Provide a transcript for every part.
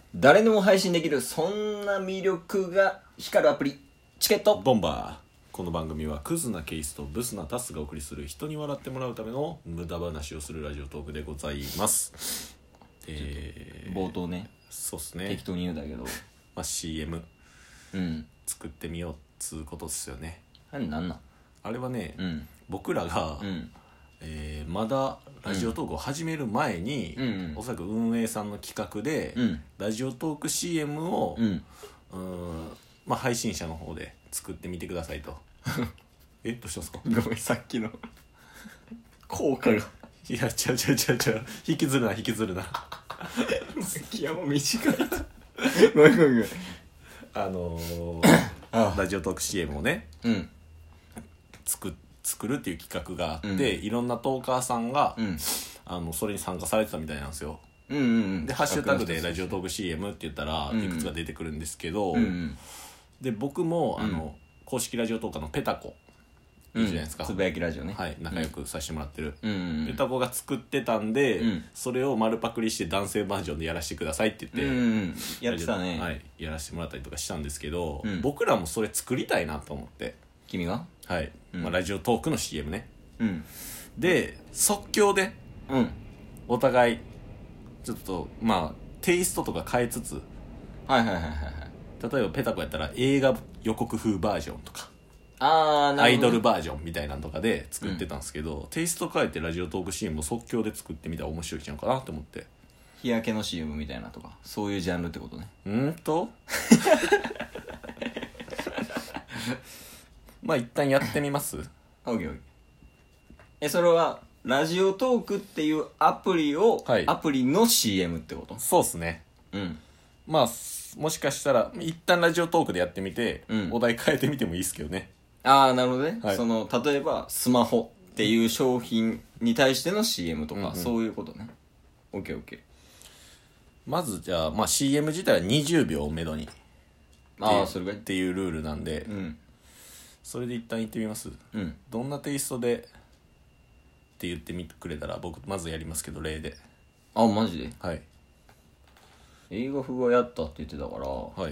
誰でも配信できる、そんな魅力が光るアプリ、チケットボンバー。この番組はクズなケースとブスなタスがお送りする人に笑ってもらうための無駄話をするラジオトークでございます。 冒頭ね、 そうっすね。 適当に言うんだけど、 CM うん作ってみようっつうことっすよね。 あれなんなん？ あれはね、僕らが、まだラジオトークを始める前に、おそらく運営さんの企画で、ラジオトーク CM を、配信者の方で作ってみてくださいと。どうしたんすか？ ごめん、さっきの効果がいや、違う引きずるないやもう短いごめんラジオトーク CM をね、作るっていう企画があって、いろんなトーカーさんが、それに参加されてたみたいなんですよ。でハッシュタグでラジオトーク CM って言ったら、いくつか出てくるんですけど、で僕も公式ラジオトーカーのペタコいいじゃないですか、 つぶやきラジオね、 はい、仲良くさせてもらってる、ペタコが作ってたんで、それを丸パクリして男性バージョンでやらせてくださいって言って、 やってたね、 はい、やらせてもらったりとかしたんですけど、僕らもそれ作りたいなと思って、 君がはい、ラジオトークの CM ね、で即興で、お互いちょっとテイストとか変えつつ、例えばペタコやったら映画予告風バージョンとかアイドルバージョンみたいなんとかで作ってたんですけど、テイスト変えてラジオトーク CM を即興で作ってみたら面白いんちゃうかなと思って。 日焼けの CM みたいなとか、そういうジャンルってことね。 一旦やってみます。 オッケー。それはラジオトークっていうアプリを、アプリの CM ってこと？ そうっすね。もしかしたら一旦ラジオトークでやってみて、お題変えてみてもいいですけどね。 なるほどね、例えばスマホっていう商品に対しての CM とか、そういうことね。オッケー。 まずじゃあ、CM 自体は20秒をめどにそれがっていうルールなんで、それで一旦言ってみます。どんなテイストでって言ってみてくれたら僕まずやりますけど、例で。 マジで？ はい。 映画風はやったって言ってたから、 はい。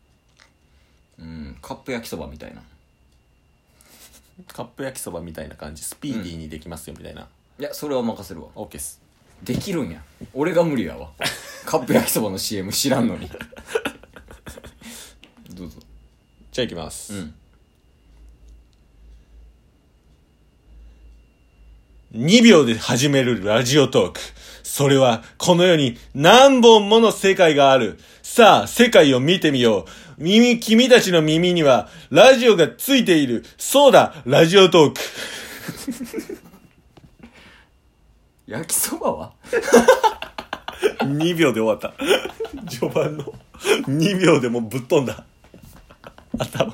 カップ焼きそばみたいな。 カップ焼きそばみたいな感じ、スピーディーにできますよみたいな。 いや、それは任せるわ。 OK っす。 できるんや。俺が無理やわカップ焼きそばの CM 知らんのにどうぞ。 じゃあいきます。2秒で始めるラジオトーク。それはこの世に何本もの世界がある。さあ、世界を見てみよう。君たちの耳にはラジオがついている。そうだ、ラジオトーク。 焼きそばは 2秒で終わった。序盤の2秒でもうぶっ飛んだ。頭。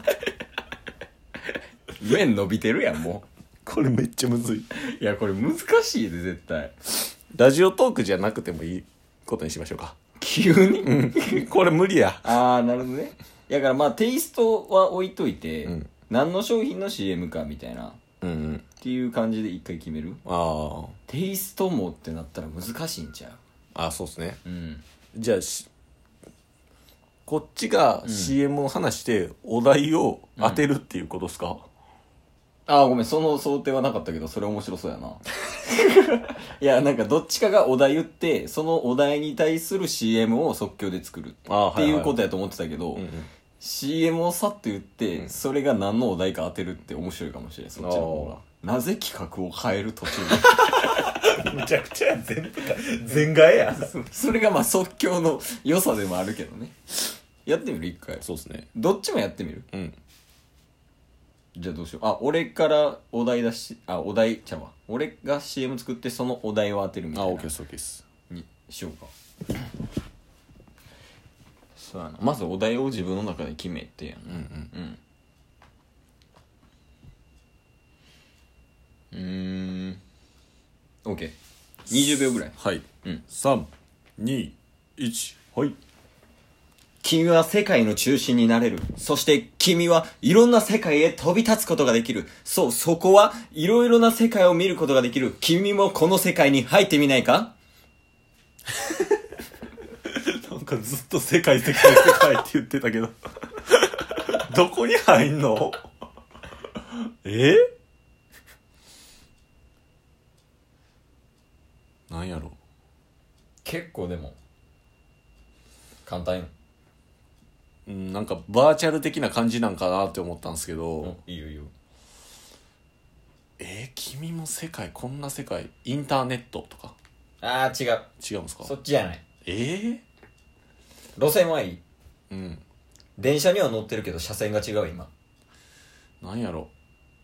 麺伸びてるやん、もう。 これめっちゃむずい。 いや、これ難しいで、絶対。 ラジオトークじゃなくてもいいことにしましょうか。 急にこれ無理や。 なるほどね。だからテイストは置いといて、何の商品の CM かみたいな、っていう感じで一回決める。テイストもってなったら難しいんちゃう？ そうっすね。じゃあこっちが CM を話してお題を当てるっていうことですか？ ごめん、その想定はなかったけど、それ面白そうやな。いや、どっちかがお題言って、そのお題に対する CM を即興で作るっていうことやと思ってたけど、CM をさっと言って、それが何のお題か当てるって面白いかもしれない、そっちの方が。なぜ企画を変える途中で。むちゃくちゃ全替えや。 それが即興の良さでもあるけどね。やってみる？一回。 そうですね。 どっちもやってみる？じゃあどうしよう。俺からお題お題ちゃうわ。俺が CM 作ってそのお題を当てるみたいな。 OK です。 にしようか。そうやな。まずお題を自分の中で決めてやん。OK。20秒ぐらい。 はい。3、2、1、はい。 君は世界の中心になれる。そして君はいろんな世界へ飛び立つことができる。そう、そこはいろいろな世界を見ることができる。君もこの世界に入ってみないか？ なんかかずっと世界世界世界って言ってたけどどこに入んの？なんやろ。 結構でも簡単よ。 なんかバーチャル的な感じなんかなって思ったんですけど、 いいよいいよ。 君も世界、こんな世界、インターネットとか。 あー違う。 違うんですか？ そっちじゃない。路線はいい。 うん。 電車には乗ってるけど車線が違う今。 なんやろ。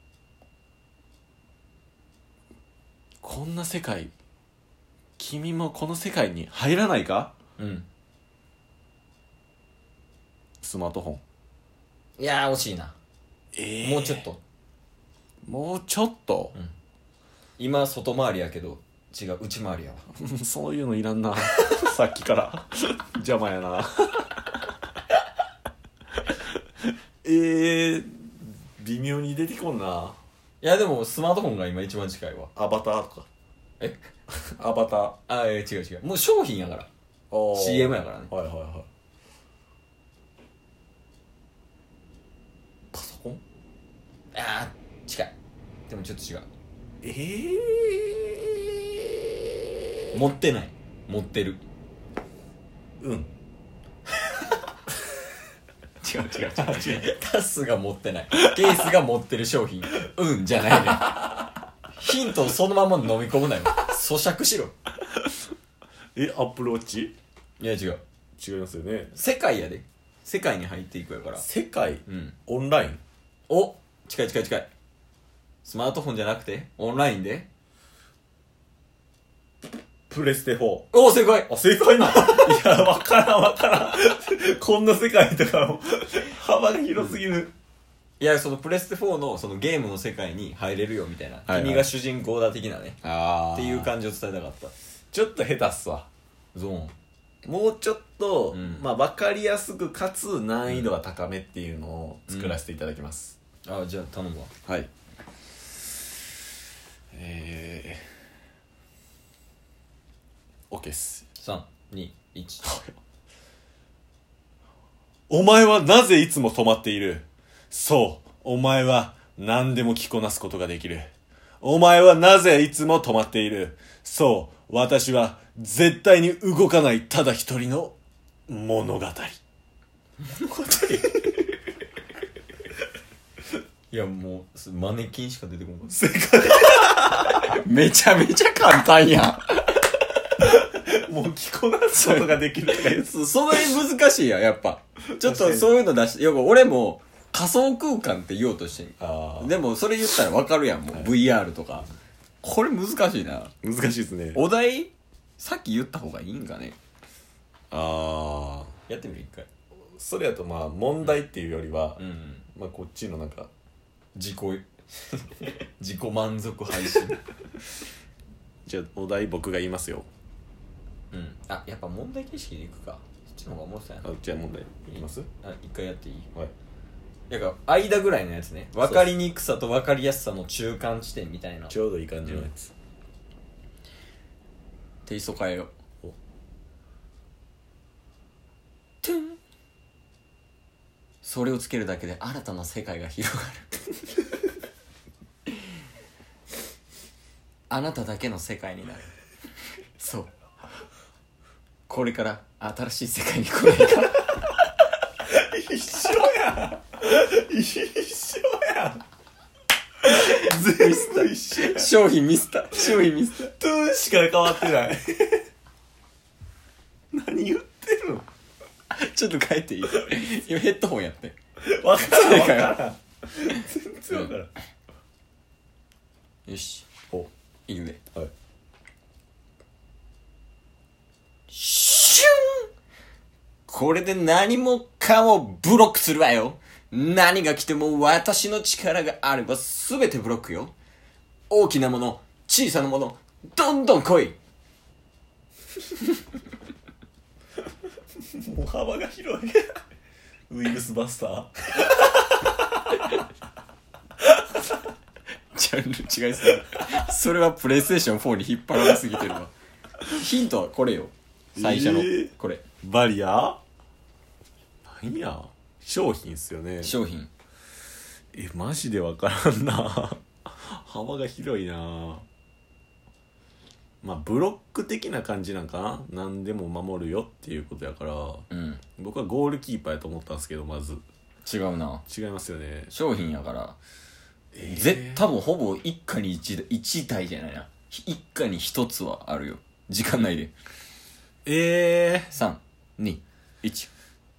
こんな世界、君もこの世界に入らないか？ うん。 スマートフォン。いやー惜しいな。もうちょっと。 もうちょっと、 うん、今外回りやけど違う内回りやわそういうのいらんなさっきから邪魔やな微妙に出てこんな。 いやでもスマートフォンが今一番近いわ。 アバターとかアバター。 違う違う、もう商品やから。CM やからね。 はいはいはい。パソコン？ 近い。でもちょっと違う。持ってない。持ってる。 うん。 違うタスが持ってない。ケースが持ってる商品。うんじゃないね。ヒントをそのまま飲み込むなよ。咀嚼しろ。 アップルウォッチ？ いや違う。 違いますよね。 世界やで。世界に入っていくやから。 世界？ うん。 オンライン？ お、近い。スマートフォンじゃなくてオンラインで。 プレステ4。 お、正解。 正解な。いや、わからん。こんな世界とかも幅が広すぎる。 いや、そのプレステ4のそのゲームの世界に入れるよみたいな、はいはい、君が主人公だ的なねっていう感じを伝えたかった。 ちょっと下手っすわ。 ゾーンもうちょっと、 うん、 まあ分かりやすくかつ難易度は高めっていうのを作らせていただきます、 じゃあ頼むわ。 はい。OK っす。 3、2、1 お前はなぜいつも止まっている？そう、お前は何でも着こなすことができる。お前はなぜいつも止まっている？そう、私は絶対に動かないただ一人の物語。 いやもうマネキンしか出てこない。 正解。 めちゃめちゃ簡単やん。もう着こなすことができるとか言う。 その辺難しいやっぱ。ちょっとそういうの出して、俺も仮想空間って言おうとしてん。でもそれ言ったら分かるやん、もう、はい、VR とか。これ難しいな。 難しいですね。 お題さっき言った方がいいんかね。 やってみる一回。 それやとまあ問題っていうよりは、まあこっちのなんか自己満足配信。 じゃあお題僕が言いますよ。 やっぱ問題形式でいくか。そっちの方が面白いな。 じゃあ問題いきます？ 一回やっていい？ はい。 なんか間ぐらいのやつね。分かりにくさと分かりやすさの中間地点みたいな。 ちょうどいい感じのやつ。 テイスト変えよう。トゥン。それをつけるだけで新たな世界が広がる。あなただけの世界になる。そう。これから新しい世界に来ないか。 一緒やん。全部一緒やん。 商品ミスった。 トゥーンしか変わってない。何言ってるの？ ちょっと変えていい？今ヘッドホンやって。 わからん。全然わからん。 よし。いくで。 はい。 シュン！これで何もかもブロックするわよ。何が来ても私の力があれば全てブロックよ。大きなもの、小さなもの、どんどん来い。 もう幅が広い。ウイルスバスター。 ジャンル違いすぎる。それはプレイステーション4に引っ張られすぎてるわ。ヒントはこれよ。最初の、これ。 バリアなんや商品っすよね。 商品。 マジでわからんな幅が広いな。まあブロック的な感じなんかな。何でも守るよっていうことやから、僕はゴールキーパーやと思ったんですけど、まず違うな。 違いますよね。 商品やから、多分ほぼ一家に一台じゃないな。一家に一つはあるよ、時間内で。3、2、1。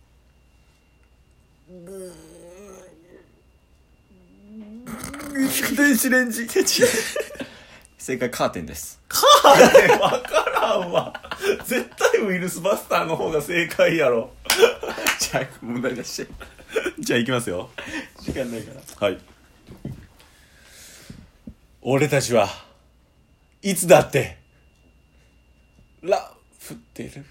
電子レンジ正解、カーテンです。 カーテンわからんわ絶対ウイルスバスターの方が正解やろじゃあ問題出して。 じゃあいきますよ。 時間ないから。 はい。俺たちはいつだってラフってる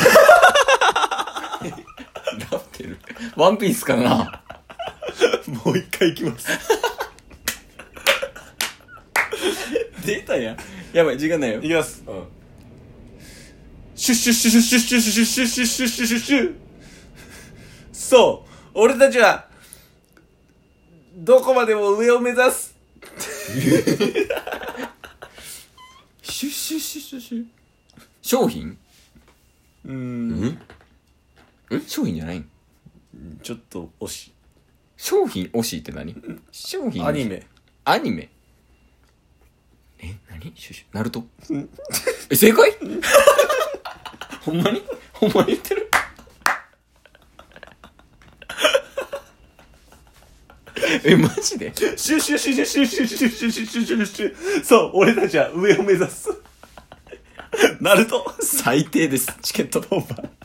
ラフてる。ワンピースかな。 もう一回いきます出たやん。やばい、時間ないよ。 いきます。シュッシュッシュッシュッシュッシュッシュッシュッシュッシュッシュッシュッシュッシュッ。そう、俺たちはどこまでも上を目指すシュッシュッシュッシュッシュッ。商品？商品じゃないん？ ちょっと惜しい。 商品惜しいって何？商品アニメ。 アニメ？何？シュシュナルト？正解？ほんまに？ほんまに言ってる？マジで？ シュッシュッシュッシュッシュッシュッシュッシュッシュッシュッシュッシュッシュッ。そう、俺たちは上を目指すナルト。 最低です。チケットボンバー。